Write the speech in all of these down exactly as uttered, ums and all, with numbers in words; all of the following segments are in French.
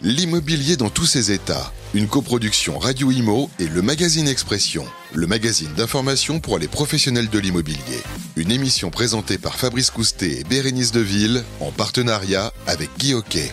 L'immobilier dans tous ses états. Une coproduction Radio Imo et le magazine Expression, le magazine d'information pour les professionnels de l'immobilier. Une émission présentée par Fabrice Coustet et Bérénice Deville en partenariat avec Guy Hockey.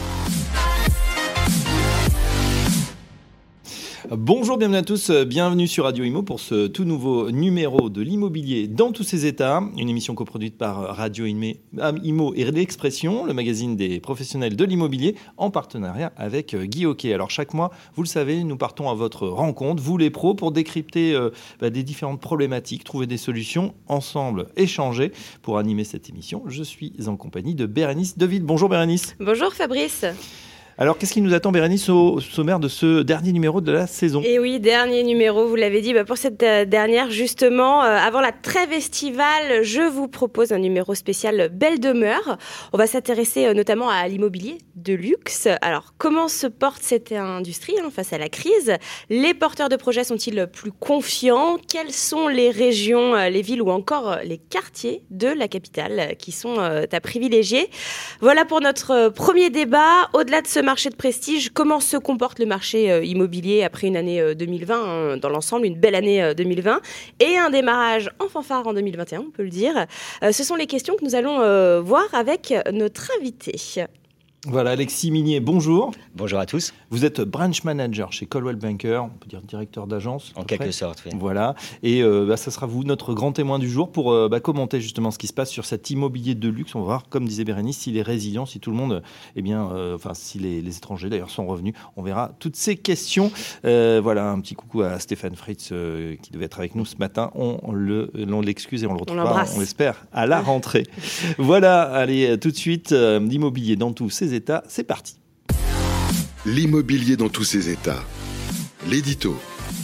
Bonjour, bienvenue à tous, bienvenue sur Radio Imo pour ce tout nouveau numéro de l'immobilier dans tous ses états, une émission coproduite par Radio Imo et l'Expression, le magazine des professionnels de l'immobilier, en partenariat avec Guy Hockey. Alors chaque mois, vous le savez, nous partons à votre rencontre, vous les pros, pour décrypter euh, bah, des différentes problématiques, trouver des solutions, ensemble échanger. Pour animer cette émission, je suis en compagnie de Bérénice Deville. Bonjour Bérénice. Bonjour Fabrice. Alors, qu'est-ce qui nous attend, Bérénice, au sommaire de ce dernier numéro de la saison ? Et oui, dernier numéro, vous l'avez dit, bah pour cette euh, dernière, justement, euh, avant la trêve estivale, je vous propose un numéro spécial Belle Demeure. On va s'intéresser euh, notamment à l'immobilier de luxe. Alors, comment se porte cette industrie hein, face à la crise ? Les porteurs de projets sont-ils plus confiants ? Quelles sont les régions, euh, les villes ou encore euh, les quartiers de la capitale euh, qui sont euh, à privilégier ? Voilà pour notre euh, premier débat. Au-delà de ce marché de prestige, comment se comporte le marché euh, immobilier après une année euh, deux mille vingt, hein, dans l'ensemble, une belle année euh, deux mille vingt, et un démarrage en fanfare en deux mille vingt et un, on peut le dire. Euh, ce sont les questions que nous allons euh, voir avec notre invité. Voilà, Alexis Minier, bonjour. Bonjour à tous. Vous êtes branch manager chez Coldwell Banker, on peut dire directeur d'agence. En quelque sorte, oui. Voilà, et euh, bah, ça sera vous, notre grand témoin du jour, pour euh, bah, commenter justement ce qui se passe sur cet immobilier de luxe. On va voir, comme disait Bérénice, s'il est résilient, si tout le monde, eh bien, euh, enfin, si les, les étrangers d'ailleurs sont revenus. On verra toutes ces questions. Euh, voilà, un petit coucou à Stéphane Fritz euh, qui devait être avec nous ce matin. On, le, on l'excuse et on le retrouvera, on, on l'espère, à la rentrée. Voilà, allez, tout de suite, euh, l'immobilier dans tous ses états, c'est parti. L'immobilier dans tous ses états. L'édito.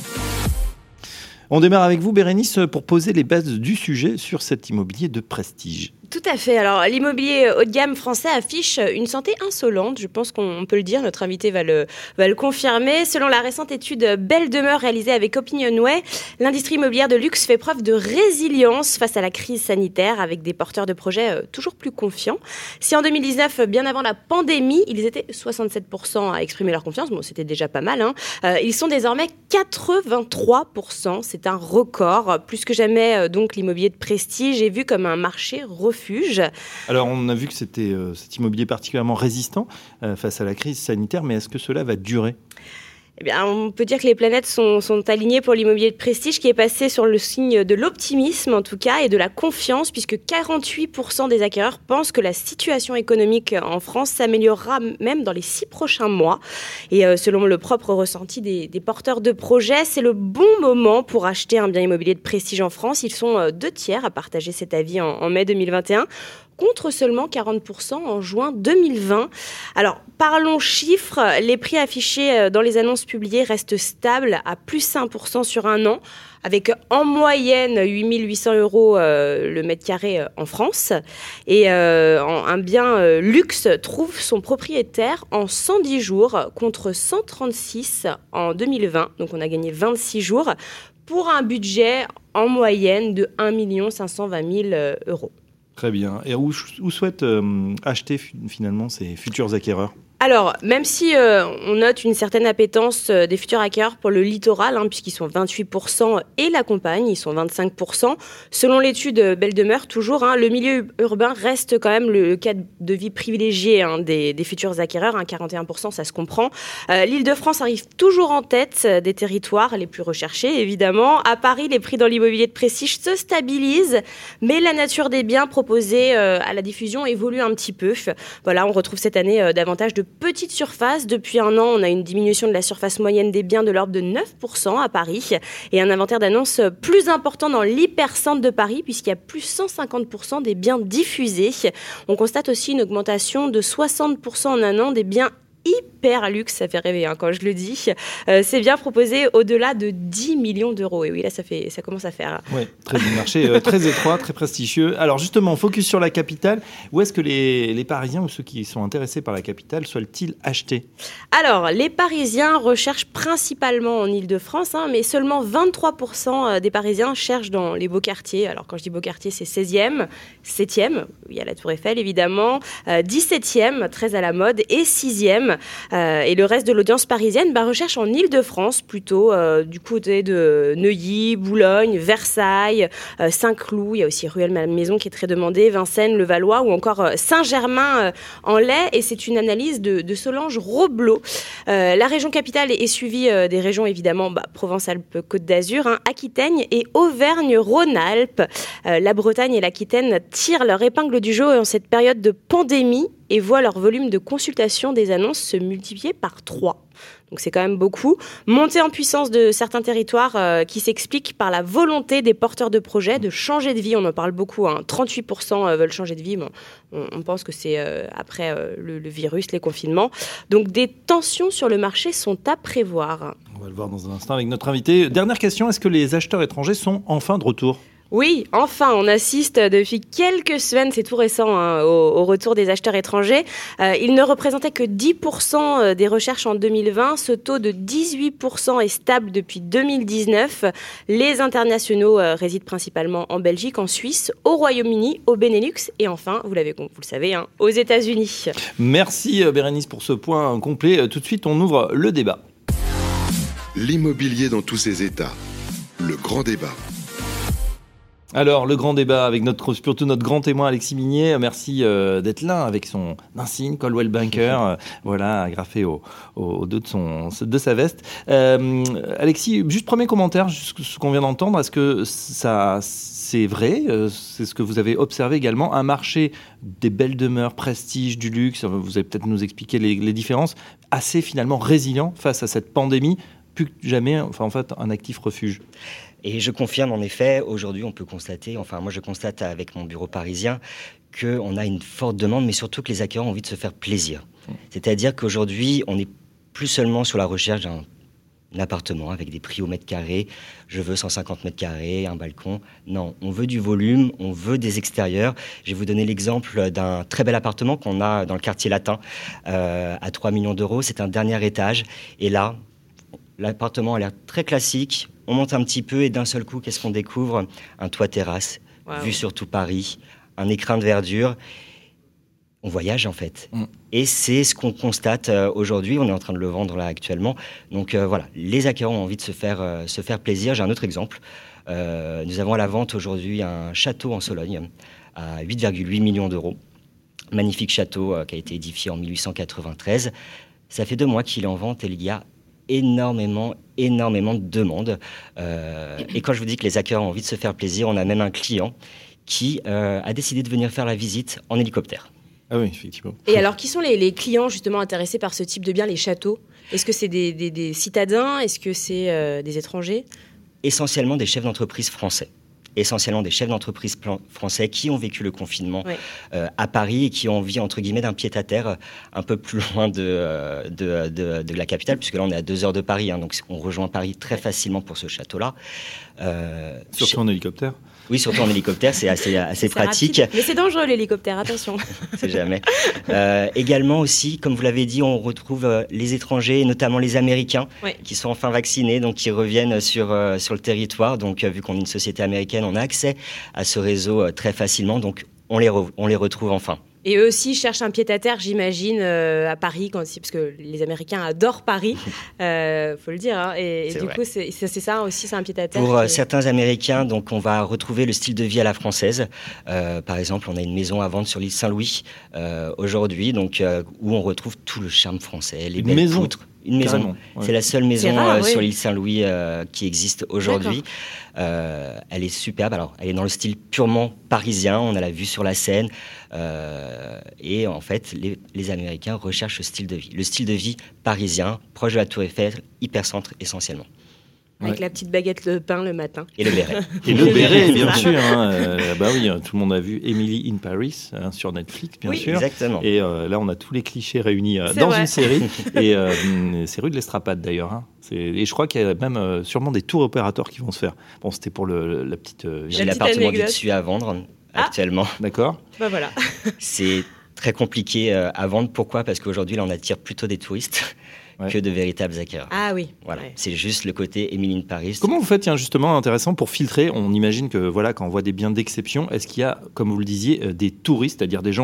On démarre avec vous, Bérénice, pour poser les bases du sujet sur cet immobilier de prestige. Tout à fait. Alors, l'immobilier haut de gamme français affiche une santé insolente. Je pense qu'on peut le dire. Notre invité va le, va le confirmer. Selon la récente étude Belle Demeure réalisée avec Opinionway, l'industrie immobilière de luxe fait preuve de résilience face à la crise sanitaire avec des porteurs de projets toujours plus confiants. Si en deux mille dix-neuf, bien avant la pandémie, ils étaient soixante-sept pour cent à exprimer leur confiance, bon, c'était déjà pas mal, hein. Euh, ils sont désormais quatre-vingt-trois pour cent. C'est un record. Plus que jamais, donc, l'immobilier de prestige est vu comme un marché refuge. Alors, on a vu que c'était euh, cet immobilier particulièrement résistant euh, face à la crise sanitaire, mais est-ce que cela va durer ? Eh bien, on peut dire que les planètes sont, sont alignées pour l'immobilier de prestige qui est passé sur le signe de l'optimisme en tout cas et de la confiance puisque quarante-huit pour cent des acquéreurs pensent que la situation économique en France s'améliorera même dans les six prochains mois. Et euh, selon le propre ressenti des, des porteurs de projets, c'est le bon moment pour acheter un bien immobilier de prestige en France. Ils sont euh, deux tiers à partager cet avis en, en mai deux mille vingt et un. Contre seulement quarante pour cent en juin deux mille vingt. Alors, parlons chiffres. Les prix affichés dans les annonces publiées restent stables à plus cinq pour cent sur un an, avec en moyenne huit mille huit cents euros euh, le mètre carré euh, en France. Et euh, un bien euh, luxe trouve son propriétaire en cent dix jours contre cent trente-six en deux mille vingt. Donc, on a gagné vingt-six jours pour un budget en moyenne de un million cinq cent vingt mille euros. Très bien. Et où, où souhaitent euh, acheter finalement ces futurs acquéreurs ? Alors, même si euh, on note une certaine appétence euh, des futurs acquéreurs pour le littoral, hein, puisqu'ils sont vingt-huit pour cent, et la campagne, ils sont vingt-cinq pour cent. Selon l'étude Belle Demeure, toujours, hein, le milieu urbain reste quand même le cadre de vie privilégié hein, des, des futurs acquéreurs, hein, quarante et un pour cent, ça se comprend. Euh, L'Île-de-France arrive toujours en tête des territoires les plus recherchés, évidemment. À Paris, les prix dans l'immobilier de prestige se stabilisent, mais la nature des biens proposés euh, à la diffusion évolue un petit peu. Voilà, on retrouve cette année euh, davantage de petite surface. Depuis un an, on a une diminution de la surface moyenne des biens de l'ordre de neuf pour cent à Paris et un inventaire d'annonces plus important dans l'hypercentre de Paris puisqu'il y a plus cent cinquante pour cent des biens diffusés. On constate aussi une augmentation de soixante pour cent en un an des biens hyper luxe, ça fait rêver hein, quand je le dis. Euh, c'est bien proposé au-delà de dix millions d'euros. Et oui, là, ça, fait, ça commence à faire. Oui, très bon marché, euh, très étroit, très prestigieux. Alors justement, focus sur la capitale. Où est-ce que les, les Parisiens ou ceux qui sont intéressés par la capitale souhaitent-ils acheter ? Alors, les Parisiens recherchent principalement en Île-de-France, hein, mais seulement vingt-trois pour cent des Parisiens cherchent dans les beaux quartiers. Alors, quand je dis beaux quartiers, c'est seizième, septième, il y a la Tour Eiffel évidemment, euh, dix-septième, très à la mode, et sixième. Rome. Euh, et le reste de l'audience parisienne bah, recherche en Île-de-France, plutôt euh, du côté de Neuilly, Boulogne, Versailles, euh, Saint-Cloud. Il y a aussi Rueil-Malmaison qui est très demandé, Vincennes, Levallois ou encore euh, Saint-Germain-en-Laye. Et c'est une analyse de, de Solange Roblot. Euh, la région capitale est, est suivie euh, des régions, évidemment, bah, Provence-Alpes-Côte d'Azur, hein, Aquitaine et Auvergne-Rhône-Alpes. Euh, la Bretagne et l'Aquitaine tirent leur épingle du jeu en cette période de pandémie et voient leur volume de consultation des annonces se multiplier par trois. Donc c'est quand même beaucoup. Montée en puissance de certains territoires euh, qui s'explique par la volonté des porteurs de projets de changer de vie. On en parle beaucoup, hein. trente-huit pour cent veulent changer de vie. Bon, on, on pense que c'est euh, après euh, le, le virus, les confinements. Donc des tensions sur le marché sont à prévoir. On va le voir dans un instant avec notre invité. Dernière question, est-ce que les acheteurs étrangers sont enfin de retour ? Oui, enfin, on assiste depuis quelques semaines, c'est tout récent, hein, au, au retour des acheteurs étrangers. Euh, ils ne représentaient que dix pour cent des recherches en deux mille vingt. Ce taux de dix-huit pour cent est stable depuis deux mille dix-neuf. Les internationaux euh, résident principalement en Belgique, en Suisse, au Royaume-Uni, au Benelux et enfin, vous l'avez, vous le savez, hein, aux États-Unis. Merci Bérénice pour ce point complet. Tout de suite, on ouvre le débat. L'immobilier dans tous ses états. Le grand débat. Alors, le grand débat avec notre, surtout notre grand témoin Alexis Minier. Merci euh, d'être là avec son insigne Coldwell Banker, euh, voilà, agrafé au, au dos de, son, de sa veste. Euh, Alexis, juste premier commentaire, juste ce qu'on vient d'entendre. Est-ce que ça, c'est vrai ? C'est ce que vous avez observé également, un marché des belles demeures, prestige, du luxe. Vous allez peut-être nous expliquer les, les différences. Assez finalement résilient face à cette pandémie, plus que jamais, enfin en fait, un actif refuge. Et je confirme, en effet, aujourd'hui, on peut constater, enfin, moi, je constate avec mon bureau parisien qu'on a une forte demande, mais surtout que les acquéreurs ont envie de se faire plaisir. C'est-à-dire qu'aujourd'hui, on n'est plus seulement sur la recherche d'un appartement avec des prix au mètre carré. Je veux cent cinquante mètres carrés, un balcon. Non, on veut du volume, on veut des extérieurs. Je vais vous donner l'exemple d'un très bel appartement qu'on a dans le quartier latin euh, à trois millions d'euros. C'est un dernier étage. Et là, l'appartement a l'air très classique. On monte un petit peu et d'un seul coup, qu'est-ce qu'on découvre ? Un toit terrasse, wow. Vue sur tout Paris, un écrin de verdure. On voyage en fait. Mm. Et c'est ce qu'on constate euh, aujourd'hui. On est en train de le vendre là actuellement. Donc euh, voilà, les acquéreurs ont envie de se faire, euh, se faire plaisir. J'ai un autre exemple. Euh, nous avons à la vente aujourd'hui un château en Sologne à huit virgule huit millions d'euros. Magnifique château euh, qui a été édifié en mille huit cent quatre-vingt-treize. Ça fait deux mois qu'il est en vente et il y a énormément, énormément de demandes. Euh, et quand je vous dis que les acquéreurs ont envie de se faire plaisir, on a même un client qui euh, a décidé de venir faire la visite en hélicoptère. Ah oui, effectivement. Et alors, qui sont les, les clients justement intéressés par ce type de bien, les châteaux ? Est-ce que c'est des, des, des citadins ? Est-ce que c'est euh, des étrangers ? Essentiellement des chefs d'entreprise français. Essentiellement des chefs d'entreprise français qui ont vécu le confinement ouais. euh, à Paris et qui ont envie, entre guillemets, d'un pied-à-terre un peu plus loin de, de, de, de la capitale, puisque là, on est à deux heures de Paris, hein, donc on rejoint Paris très facilement pour ce château-là. Euh, surtout en hélicoptère ? Oui, surtout en hélicoptère, c'est assez, assez c'est pratique. Rapide. Mais c'est dangereux, l'hélicoptère, attention. C'est jamais. Euh, également aussi, comme vous l'avez dit, on retrouve euh, les étrangers, notamment les Américains, ouais. qui sont enfin vaccinés, donc qui reviennent sur, euh, sur le territoire. Donc, euh, vu qu'on est une société américaine, on a accès à ce réseau euh, très facilement. Donc, on les, re- on les retrouve enfin. Et eux aussi cherchent un pied-à-terre, j'imagine, euh, à Paris, quand, parce que les Américains adorent Paris, euh, faut le dire. Hein, et, et du vrai. coup, c'est, c'est ça aussi, c'est un pied-à-terre. Pour qui... certains Américains, donc, on va retrouver le style de vie à la française. Euh, par exemple, on a une maison à vendre sur l'île Saint-Louis euh, aujourd'hui, donc euh, où on retrouve tout le charme français, les belles maison. poutres. Une maison. Ouais. C'est la seule maison rare, euh, oui. sur l'île Saint-Louis euh, qui existe aujourd'hui. Euh, elle est superbe. Alors, elle est dans le style purement parisien. On a la vue sur la Seine. Euh, et en fait, les, les Américains recherchent ce style de vie. Le style de vie parisien, proche de la Tour Eiffel, hyper-centre essentiellement. Avec ouais. la petite baguette de pain le matin. Et le béret. Et le béret, bien sûr. Hein, euh, bah oui, tout le monde a vu Emily in Paris hein, sur Netflix, bien oui, sûr. Exactement. Et euh, là, on a tous les clichés réunis euh, dans vrai. une série. Et euh, c'est rue de l'Estrapade, d'ailleurs. Hein. C'est... Et je crois qu'il y a même euh, sûrement des tours opérateurs qui vont se faire. Bon, c'était pour le, la petite... Euh, J'ai l'appartement anecdote. du dessus à vendre ah. actuellement. D'accord. Bah voilà. C'est très compliqué euh, à vendre. Pourquoi ? Parce qu'aujourd'hui, là, on attire plutôt des touristes. Ouais. Que de véritables acquéreurs. Ah oui. Voilà. Ouais. C'est juste le côté Emily in Paris. Comment vous faites, tiens, justement, intéressant pour filtrer ? On imagine que, voilà, quand on voit des biens d'exception, est-ce qu'il y a, comme vous le disiez, des touristes, c'est-à-dire des gens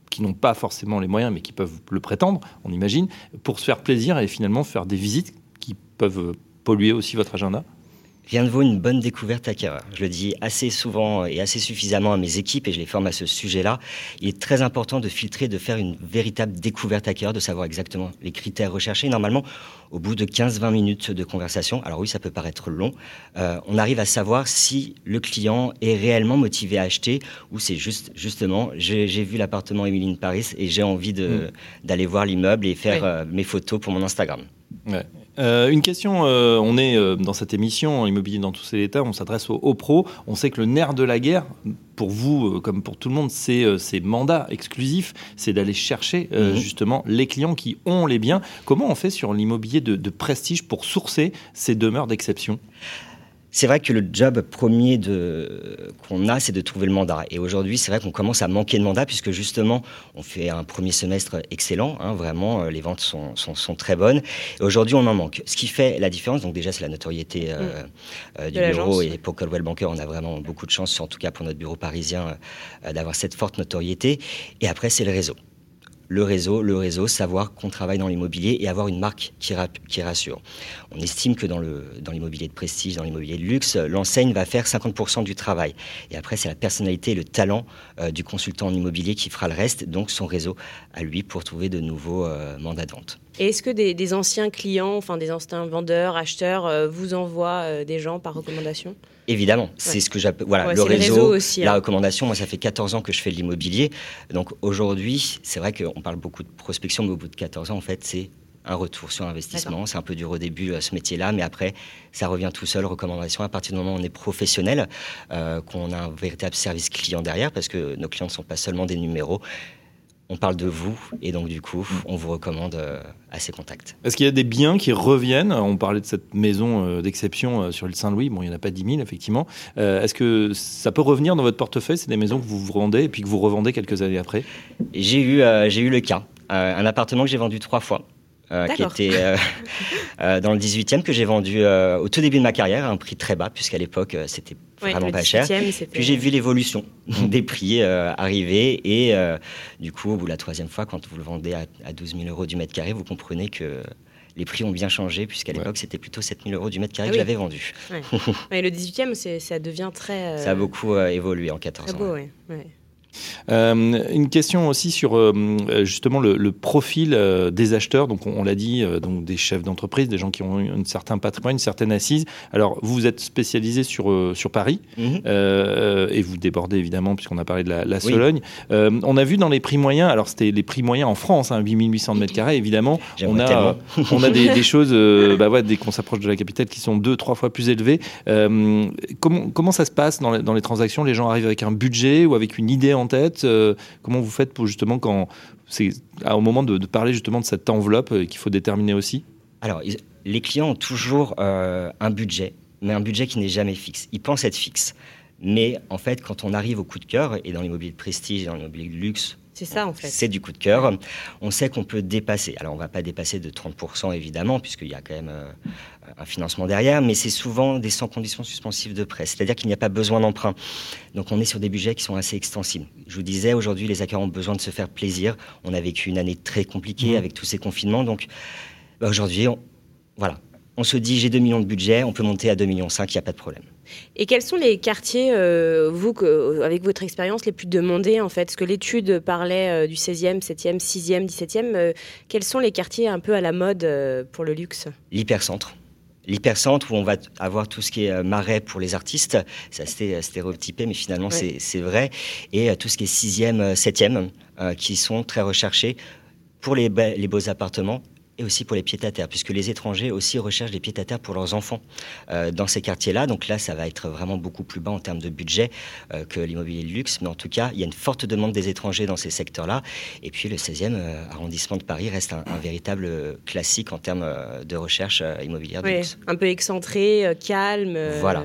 qui n'ont pas forcément les moyens, mais qui peuvent le prétendre, on imagine, pour se faire plaisir et finalement faire des visites qui peuvent polluer aussi votre agenda? Rien ne vaut une bonne découverte acquéreur. Je le dis assez souvent et assez suffisamment à mes équipes et je les forme à ce sujet-là. Il est très important de filtrer, de faire une véritable découverte acquéreur, de savoir exactement les critères recherchés. Normalement, au bout de quinze à vingt minutes de conversation, alors oui, ça peut paraître long, euh, on arrive à savoir si le client est réellement motivé à acheter ou c'est juste, justement, j'ai, j'ai vu l'appartement Emily in Paris et j'ai envie de, mmh. d'aller voir l'immeuble et faire oui. euh, mes photos pour mon Instagram. Ouais. Euh, une question, euh, on est euh, dans cette émission Immobilier dans tous ses états, on s'adresse aux, aux pros. On sait que le nerf de la guerre, pour vous euh, comme pour tout le monde, c'est euh, ces mandats exclusifs, c'est d'aller chercher euh, mmh. justement les clients qui ont les biens. Comment on fait sur l'immobilier de, de prestige pour sourcer ces demeures d'exception ? C'est vrai que le job premier de, qu'on a, c'est de trouver le mandat. Et aujourd'hui, c'est vrai qu'on commence à manquer de mandats puisque justement, on fait un premier semestre excellent. Hein, vraiment, les ventes sont, sont, sont très bonnes. Et aujourd'hui, on en manque. Ce qui fait la différence, donc déjà, c'est la notoriété euh, mmh. euh, du de bureau. Et pour Coldwell Banker, on a vraiment beaucoup de chance, en tout cas pour notre bureau parisien, euh, d'avoir cette forte notoriété. Et après, c'est le réseau. Le réseau, le réseau, savoir qu'on travaille dans l'immobilier et avoir une marque qui, ra- qui rassure. On estime que dans, le, dans l'immobilier de prestige, dans l'immobilier de luxe, l'enseigne va faire cinquante pour cent du travail. Et après, c'est la personnalité et le talent euh, du consultant en immobilier qui fera le reste, donc son réseau à lui pour trouver de nouveaux euh, mandats de vente. Et est-ce que des, des anciens clients, enfin des anciens vendeurs, acheteurs, euh, vous envoient euh, des gens par recommandation ? Évidemment, c'est ouais. ce que j'appelle voilà, ouais, le, réseau, le réseau aussi, la hein. recommandation. Moi, ça fait quatorze ans que je fais de l'immobilier. Donc aujourd'hui, c'est vrai qu'on parle beaucoup de prospection, mais au bout de quatorze ans, en fait, c'est un retour sur investissement. D'accord. C'est un peu dur au début, ce métier-là, mais après, ça revient tout seul, recommandation. À partir du moment où on est professionnel, euh, qu'on a un véritable service client derrière, parce que nos clients ne sont pas seulement des numéros. On parle de vous et donc du coup, on vous recommande euh, à ces contacts. Est-ce qu'il y a des biens qui reviennent ? On parlait de cette maison euh, d'exception euh, sur l'île Saint-Louis. Bon, il n'y en a pas dix mille, effectivement. Euh, est-ce que ça peut revenir dans votre portefeuille ? C'est des maisons que vous vendez et puis que vous revendez quelques années après ? J'ai eu, euh, j'ai eu le cas. Euh, un appartement que j'ai vendu trois fois. Euh, qui était euh, euh, dans le dix-huitième, que j'ai vendu euh, au tout début de ma carrière à un prix très bas, puisqu'à l'époque, euh, c'était ouais, vraiment pas cher. Puis j'ai vu l'évolution des prix euh, arriver. Et euh, du coup, au bout de la troisième fois, quand vous le vendez à, à douze mille euros du mètre carré, vous comprenez que les prix ont bien changé, puisqu'à l'époque, ouais. c'était plutôt sept mille euros du mètre carré ah, que oui. j'avais vendu. Ouais. ouais, le dix-huitième, c'est, ça devient très... Euh... Ça a beaucoup euh, évolué en quatorze très ans. Beau, ouais. Ouais. Euh, une question aussi sur euh, justement le, le profil euh, des acheteurs. Donc on, on l'a dit, euh, donc des chefs d'entreprise, des gens qui ont un certain patrimoine, une certaine assise. Alors vous vous êtes spécialisé sur euh, sur Paris mm-hmm. euh, et vous débordez évidemment puisqu'on a parlé de la, la Sologne. Oui. Euh, on a vu dans les prix moyens. Alors c'était les prix moyens en France, hein, huit mille huit cents mètres carrés. Évidemment, on a euh, on a des, des choses, euh, bah ouais, dès qu'on s'approche de la capitale, qui sont deux, trois fois plus élevées. Euh, comment comment ça se passe dans les, dans les transactions ? Les gens arrivent avec un budget ou avec une idée en tête ? Euh, comment vous faites pour justement quand c'est au moment de, de parler justement de cette enveloppe euh, qu'il faut déterminer aussi ? Alors ils, les clients ont toujours euh, un budget, mais un budget qui n'est jamais fixe. Ils pensent être fixe, mais en fait quand on arrive au coup de cœur, et dans l'immobilier de prestige, dans l'immobilier de luxe, c'est ça en fait. C'est du coup de cœur. On sait qu'on peut dépasser. Alors on ne va pas dépasser de trente pour cent évidemment, puisqu'il y a quand même euh, un financement derrière, mais c'est souvent des sans conditions suspensives de prêt. C'est-à-dire qu'il n'y a pas besoin d'emprunt. Donc on est sur des budgets qui sont assez extensibles. Je vous disais, aujourd'hui les acquéreurs ont besoin de se faire plaisir. On a vécu une année très compliquée mmh. avec tous ces confinements. Donc bah, aujourd'hui, on, voilà. On se dit, j'ai deux millions de budget, on peut monter à deux virgule cinq millions, il n'y a pas de problème. Et quels sont les quartiers, euh, vous, que, avec votre expérience, les plus demandés, en fait ? Parce que l'étude parlait euh, du seizième, septième, sixième, dix-septième. Euh, quels sont les quartiers un peu à la mode euh, pour le luxe ? L'hypercentre. L'hypercentre où on va avoir tout ce qui est marais pour les artistes. C'est assez stéréotypé, mais finalement, ouais. c'est, c'est vrai. Et euh, tout ce qui est sixième, septième, euh, qui sont très recherchés pour les, les beaux appartements. Et aussi pour les pieds-à-terre, puisque les étrangers aussi recherchent des pieds-à-terre pour leurs enfants euh, dans ces quartiers-là. Donc là, ça va être vraiment beaucoup plus bas en termes de budget euh, que l'immobilier de luxe. Mais en tout cas, il y a une forte demande des étrangers dans ces secteurs-là. Et puis le seizième euh, arrondissement de Paris reste un, un véritable classique en termes euh, de recherche euh, immobilière de oui, luxe. Un peu excentré, euh, calme. Euh... Voilà.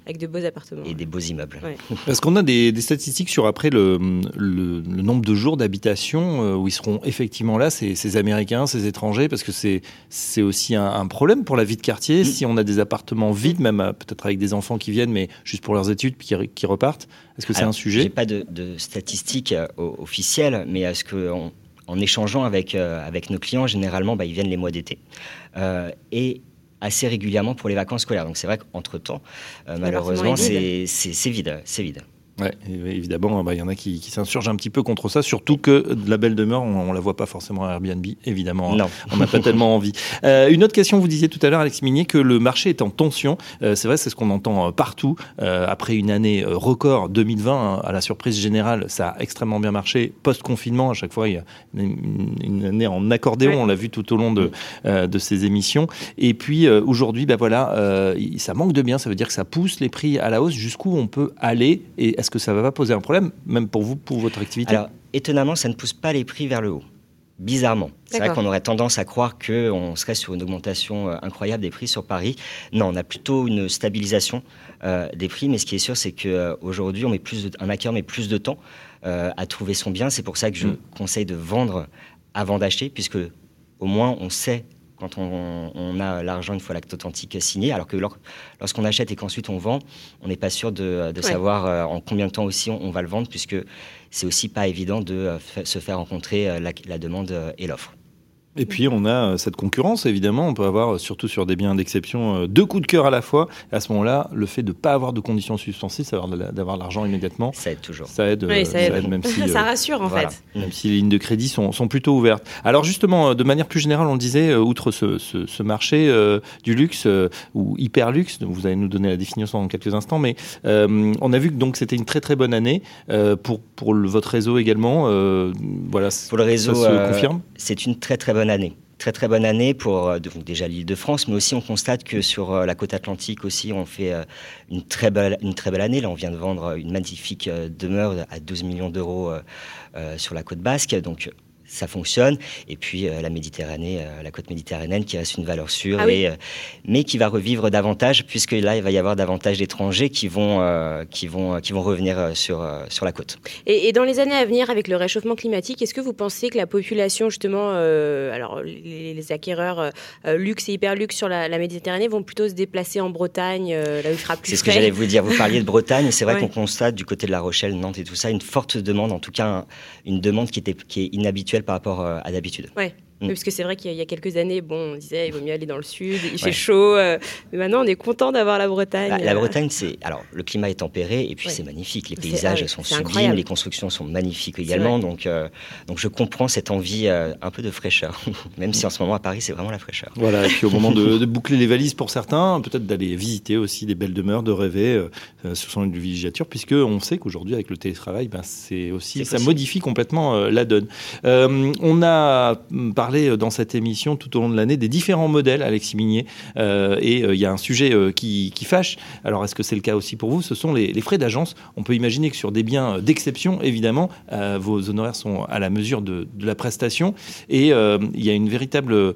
avec de beaux appartements. Et des beaux immeubles. Ouais. Est-ce qu'on a des, des statistiques sur après le, le, le nombre de jours d'habitation euh, où ils seront effectivement là, ces, ces Américains, ces étrangers, parce que c'est, c'est aussi un, un problème pour la vie de quartier. Mmh. Si on a des appartements vides, même euh, peut-être avec des enfants qui viennent, mais juste pour leurs études, puis qui, qui repartent, est-ce que c'est Alors, un sujet ? J'ai pas de, de statistiques euh, officielles, mais est-ce que on, en échangeant avec euh, avec nos clients, généralement, bah, ils viennent les mois d'été euh, et assez régulièrement pour les vacances scolaires. Donc c'est vrai qu'entre-temps, euh, malheureusement, c'est, c'est, c'est vide, c'est vide. Ouais, évidemment, il bah, y en a qui, qui s'insurgent un petit peu contre ça, surtout que de la belle demeure, on, on la voit pas forcément à Airbnb, évidemment. Non. On n'a pas tellement envie. Euh, une autre question, vous disiez tout à l'heure, Alex Minier, que le marché est en tension. Euh, c'est vrai, c'est ce qu'on entend partout. Euh, après une année record deux mille vingt, hein, à la surprise générale, ça a extrêmement bien marché. Post-confinement, à chaque fois, il y a une, une année en accordéon. Ouais. On l'a vu tout au long de, euh, de ces émissions. Et puis euh, aujourd'hui, bah voilà, euh, ça manque de biens. Ça veut dire que ça pousse les prix à la hausse. Jusqu'où on peut aller ? Et est-ce que ça ne va pas poser un problème, même pour vous, pour votre activité ? Alors, étonnamment, ça ne pousse pas les prix vers le haut. Bizarrement. C'est D'accord. vrai qu'on aurait tendance à croire qu'on serait sur une augmentation euh, incroyable des prix sur Paris. Non, on a plutôt une stabilisation euh, des prix, mais ce qui est sûr, c'est qu'aujourd'hui, euh, on met plus de, un acquéreur met plus de temps euh, à trouver son bien. C'est pour ça que je mmh. conseille de vendre avant d'acheter, puisque au moins, on sait quand on, on a l'argent une fois l'acte authentique signé, alors que lorsqu'on achète et qu'ensuite on vend, on n'est pas sûr de, de ouais. savoir euh, en combien de temps aussi on, on va le vendre, puisque c'est aussi pas évident de euh, f- se faire rencontrer euh, la, la demande euh, et l'offre. Et puis, on a cette concurrence, évidemment. On peut avoir, surtout sur des biens d'exception, deux coups de cœur à la fois. Et à ce moment-là, le fait de ne pas avoir de conditions suspensives, d'avoir l'argent immédiatement, ça aide toujours. Ça aide, oui, ça aide. Ça aide même si, ça rassure, en voilà, fait. Même si les lignes de crédit sont, sont plutôt ouvertes. Alors, justement, de manière plus générale, on le disait, outre ce, ce, ce marché euh, du luxe euh, ou hyper luxe, vous allez nous donner la définition dans quelques instants, mais euh, on a vu que donc, c'était une très très bonne année euh, pour, pour le, votre réseau également. Euh, voilà, pour le réseau, ça se euh, confirme. C'est une très très bonne année. Très très bonne année pour euh, déjà l'Île-de-France, mais aussi on constate que sur euh, la côte atlantique aussi on fait euh, une très belle une très belle année. Là on vient de vendre une magnifique euh, demeure à douze millions d'euros euh, euh, sur la côte basque, donc ça fonctionne. Et puis euh, la Méditerranée, euh, la côte méditerranéenne qui reste une valeur sûre, ah oui. et, euh, mais qui va revivre davantage puisque là il va y avoir davantage d'étrangers qui vont euh, qui vont qui vont revenir sur euh, sur la côte. Et, et dans les années à venir, avec le réchauffement climatique, est-ce que vous pensez que la population justement, euh, alors les, les acquéreurs euh, luxe et hyper luxe sur la, la Méditerranée vont plutôt se déplacer en Bretagne, euh, là où il fera plus C'est ce frais. que j'allais vous dire. Vous parliez de Bretagne, et c'est vrai ouais. qu'on constate du côté de La Rochelle, Nantes et tout ça une forte demande, en tout cas un, une demande qui était qui est inhabituelle par rapport à d'habitude. Ouais. Mm. Parce que c'est vrai qu'il y a quelques années, bon, on disait il vaut mieux aller dans le sud, il fait ouais. chaud, euh, mais maintenant on est content d'avoir la Bretagne. Bah, la Bretagne, c'est alors le climat est tempéré et puis ouais. c'est magnifique, les paysages ah, sont sublimes, incroyable. Les constructions sont magnifiques également, donc euh, donc je comprends cette envie euh, un peu de fraîcheur, même si en ce moment à Paris c'est vraiment la fraîcheur. Voilà, et puis au moment de, de boucler les valises pour certains, peut-être d'aller visiter aussi des belles demeures, de rêver euh, sur son lieu de villégiature, puisque on sait qu'aujourd'hui avec le télétravail, ben c'est aussi c'est ça possible. Modifie complètement euh, la donne. Euh, on a parlé dans cette émission tout au long de l'année des différents modèles, Alexis Minier, euh, et il euh, y a un sujet euh, qui, qui fâche. Alors est-ce que c'est le cas aussi pour vous ? Ce sont les, les frais d'agence. On peut imaginer que sur des biens d'exception, évidemment, euh, vos honoraires sont à la mesure de, de la prestation, et il euh, y a une véritable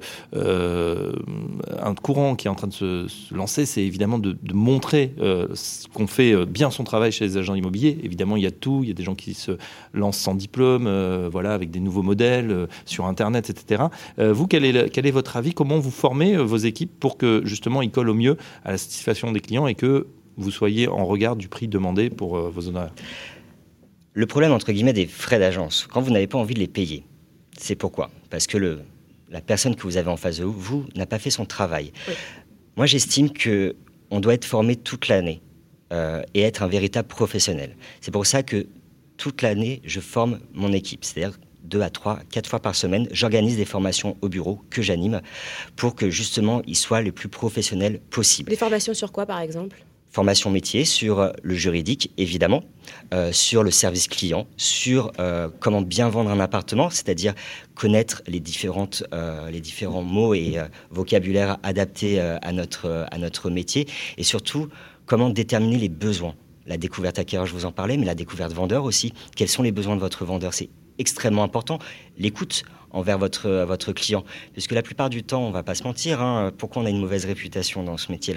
euh, un courant qui est en train de se, se lancer, c'est évidemment de, de montrer euh, qu'on fait bien son travail chez les agents immobiliers. Évidemment, il y a tout, il y a des gens qui se lancent sans diplôme, euh, voilà, avec des nouveaux modèles euh, sur Internet, et cetera. Euh, vous, quel est, le, quel est votre avis ? Comment vous formez euh, vos équipes pour que justement ils collent au mieux à la satisfaction des clients et que vous soyez en regard du prix demandé pour euh, vos honoraires ? Le problème, entre guillemets, des frais d'agence, quand vous n'avez pas envie de les payer, c'est pourquoi ? Parce que le, la personne que vous avez en face de vous, vous n'a pas fait son travail. Oui. Moi, j'estime qu'on doit être formé toute l'année euh, et être un véritable professionnel. C'est pour ça que toute l'année, je forme mon équipe. C'est-à-dire deux à trois, quatre fois par semaine, j'organise des formations au bureau que j'anime pour que justement ils soient les plus professionnels possibles. Des formations sur quoi, par exemple ? Formation métier sur le juridique, évidemment, euh, sur le service client, sur euh, comment bien vendre un appartement, c'est-à-dire connaître les, différentes, euh, les différents mots et euh, vocabulaires adaptés euh, à, notre, à notre métier, et surtout comment déterminer les besoins. La découverte acquéreur, je vous en parlais, mais la découverte vendeur aussi. Quels sont les besoins de votre vendeur ? C'est extrêmement important. L'écoute envers votre, votre client. Puisque la plupart du temps, on ne va pas se mentir, hein, pourquoi on a une mauvaise réputation dans ce métier-là ?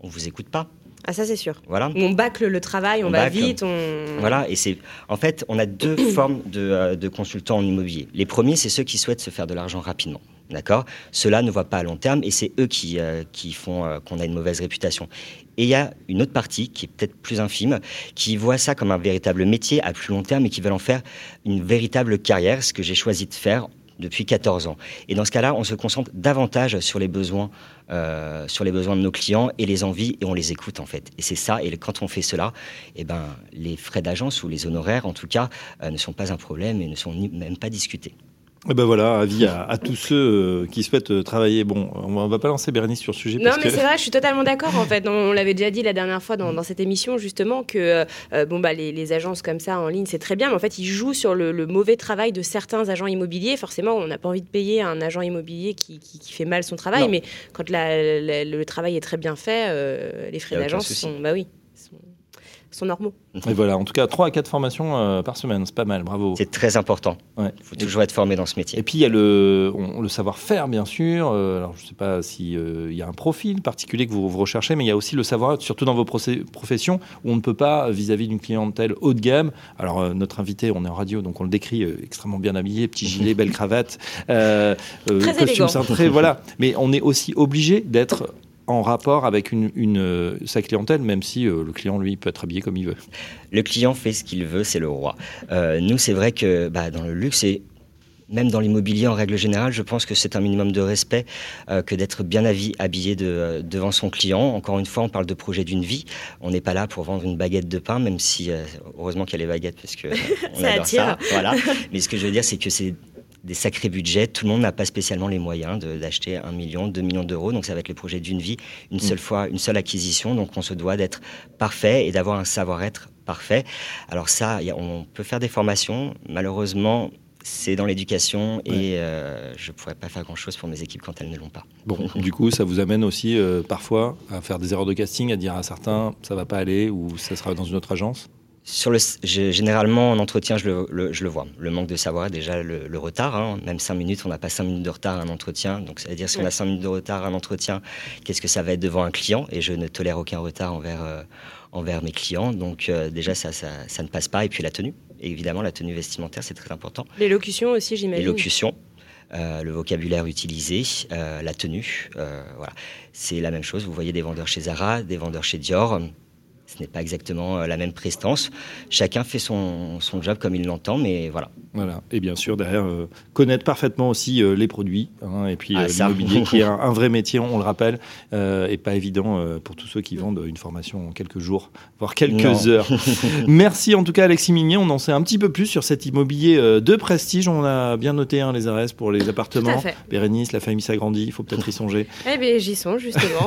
on vous écoute pas. Ah ça c'est sûr. Voilà. On bâcle le travail, on, on va bâcle. vite. On... Voilà, et c'est en fait on a deux formes de, euh, de consultants en immobilier. Les premiers, c'est ceux qui souhaitent se faire de l'argent rapidement. D'accord ? Ceux-là ne voient pas à long terme et c'est eux qui, euh, qui font euh, qu'on a une mauvaise réputation. Et il y a une autre partie qui est peut-être plus infime, qui voit ça comme un véritable métier à plus long terme et qui veulent en faire une véritable carrière, ce que j'ai choisi de faire depuis quatorze ans. Et dans ce cas-là, on se concentre davantage sur les besoins, euh, sur les besoins de nos clients et les envies, et on les écoute en fait. Et c'est ça. Et quand on fait cela, eh ben, les frais d'agence ou les honoraires, en tout cas, euh, ne sont pas un problème et ne sont ni, même pas discutés. Et ben voilà, avis à, à tous ceux euh, qui souhaitent euh, travailler. Bon, on va pas lancer Bérénice sur le sujet. Non, parce mais que... c'est vrai, je suis totalement d'accord. En fait, on l'avait déjà dit la dernière fois dans, dans cette émission, justement, que euh, bon, bah, les, les agences comme ça en ligne, c'est très bien, mais en fait, ils jouent sur le, le mauvais travail de certains agents immobiliers. Forcément, on n'a pas envie de payer un agent immobilier qui, qui, qui fait mal son travail, non. mais quand la, la, le travail est très bien fait, euh, les frais d'agence sont, bah oui, sont, sont normaux. Et voilà, en tout cas, trois à quatre formations euh, par semaine, c'est pas mal, bravo. C'est très important. Il ouais. faut toujours être formé dans ce métier. Et puis, il y a le, on, le savoir-faire, bien sûr. Euh, alors, je ne sais pas s'il euh, y a un profil particulier que vous, vous recherchez, mais il y a aussi le savoir-être, surtout dans vos procé- professions, où on ne peut pas, vis-à-vis d'une clientèle haut de gamme. Alors, euh, notre invité, on est en radio, donc on le décrit euh, extrêmement bien habillé, petit gilet, belle cravate, euh, euh, très costume cintré, voilà. Mais on est aussi obligé d'être en rapport avec une, une, euh, sa clientèle, même si euh, le client, lui, peut être habillé comme il veut. Le client fait ce qu'il veut, c'est le roi. Euh, nous, c'est vrai que bah, dans le luxe et même dans l'immobilier en règle générale, je pense que c'est un minimum de respect euh, que d'être bien habi- habillé de, euh, devant son client. Encore une fois, on parle de projet d'une vie. On n'est pas là pour vendre une baguette de pain, même si, euh, heureusement qu'il y a les baguettes, parce que euh, on ça adore attire. ça. Voilà. Mais ce que je veux dire, c'est que c'est des sacrés budgets. Tout le monde n'a pas spécialement les moyens de, d'acheter un million, deux millions d'euros. Donc ça va être le projet d'une vie, une seule mmh. fois, une seule acquisition. Donc on se doit d'être parfait et d'avoir un savoir-être parfait. Alors ça, y a, on peut faire des formations. Malheureusement, c'est dans l'éducation ouais. et euh, je ne pourrais pas faire grand-chose pour mes équipes quand elles ne l'ont pas. Bon, du coup, ça vous amène aussi euh, parfois à faire des erreurs de casting, à dire à certains ça ne va pas aller ou ça sera dans une autre agence ? Sur le, je, généralement, en entretien, je le, le, je le vois. Le manque de savoir, déjà le, le retard. Hein. Même cinq minutes, on n'a pas cinq minutes de retard à un entretien. Donc, ça veut dire si on a cinq minutes de retard à un entretien, qu'est-ce que ça va être devant un client ? Et je ne tolère aucun retard envers, euh, envers mes clients. Donc, euh, déjà, ça, ça, ça ne passe pas. Et puis, la tenue. Et évidemment, la tenue vestimentaire, c'est très important. L'élocution aussi, j'imagine. L'élocution. Euh, le vocabulaire utilisé, euh, la tenue. Euh, voilà. C'est la même chose. Vous voyez des vendeurs chez Zara, des vendeurs chez Dior. Ce n'est pas exactement la même prestance. Chacun fait son, son job comme il l'entend, mais voilà. Voilà. Et bien sûr, derrière, euh, connaître parfaitement aussi euh, les produits, hein, et puis euh, ah, l'immobilier, qui est un, un vrai métier, on le rappelle, euh, et pas évident euh, pour tous ceux qui vendent une formation en quelques jours, voire quelques non. heures. Merci en tout cas, Alexis Mignet. On en sait un petit peu plus sur cet immobilier euh, de prestige. On a bien noté hein, les A R S pour les appartements. Bérénice, la famille s'agrandit, il faut peut-être y songer. Eh bien, j'y songe, justement.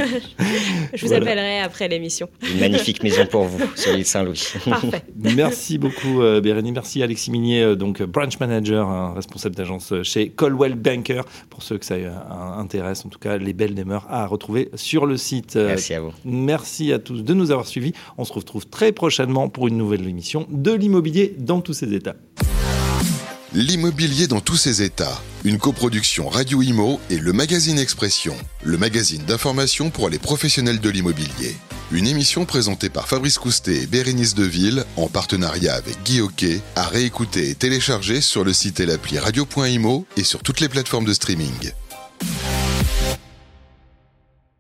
Je vous voilà. appellerai après l'émission. Une magnifique maison pour vous, sur l'île Saint-Louis. Parfait. Merci beaucoup, euh, Bérénice. Merci, Alexis Mignet, euh, donc branch manager, hein, responsable d'agence chez Coldwell Banker. Pour ceux que ça euh, intéresse, en tout cas, les belles demeures à retrouver sur le site. Euh, merci à vous. Merci à tous de nous avoir suivis. On se retrouve très prochainement pour une nouvelle émission de l'immobilier dans tous ses états. L'immobilier dans tous ses états. Une coproduction Radio Imo et le magazine Expression, le magazine d'information pour les professionnels de l'immobilier. Une émission présentée par Fabrice Coustet et Bérénice Deville en partenariat avec Guy Hockey, à réécouter et télécharger sur le site et l'appli radio point imo et sur toutes les plateformes de streaming.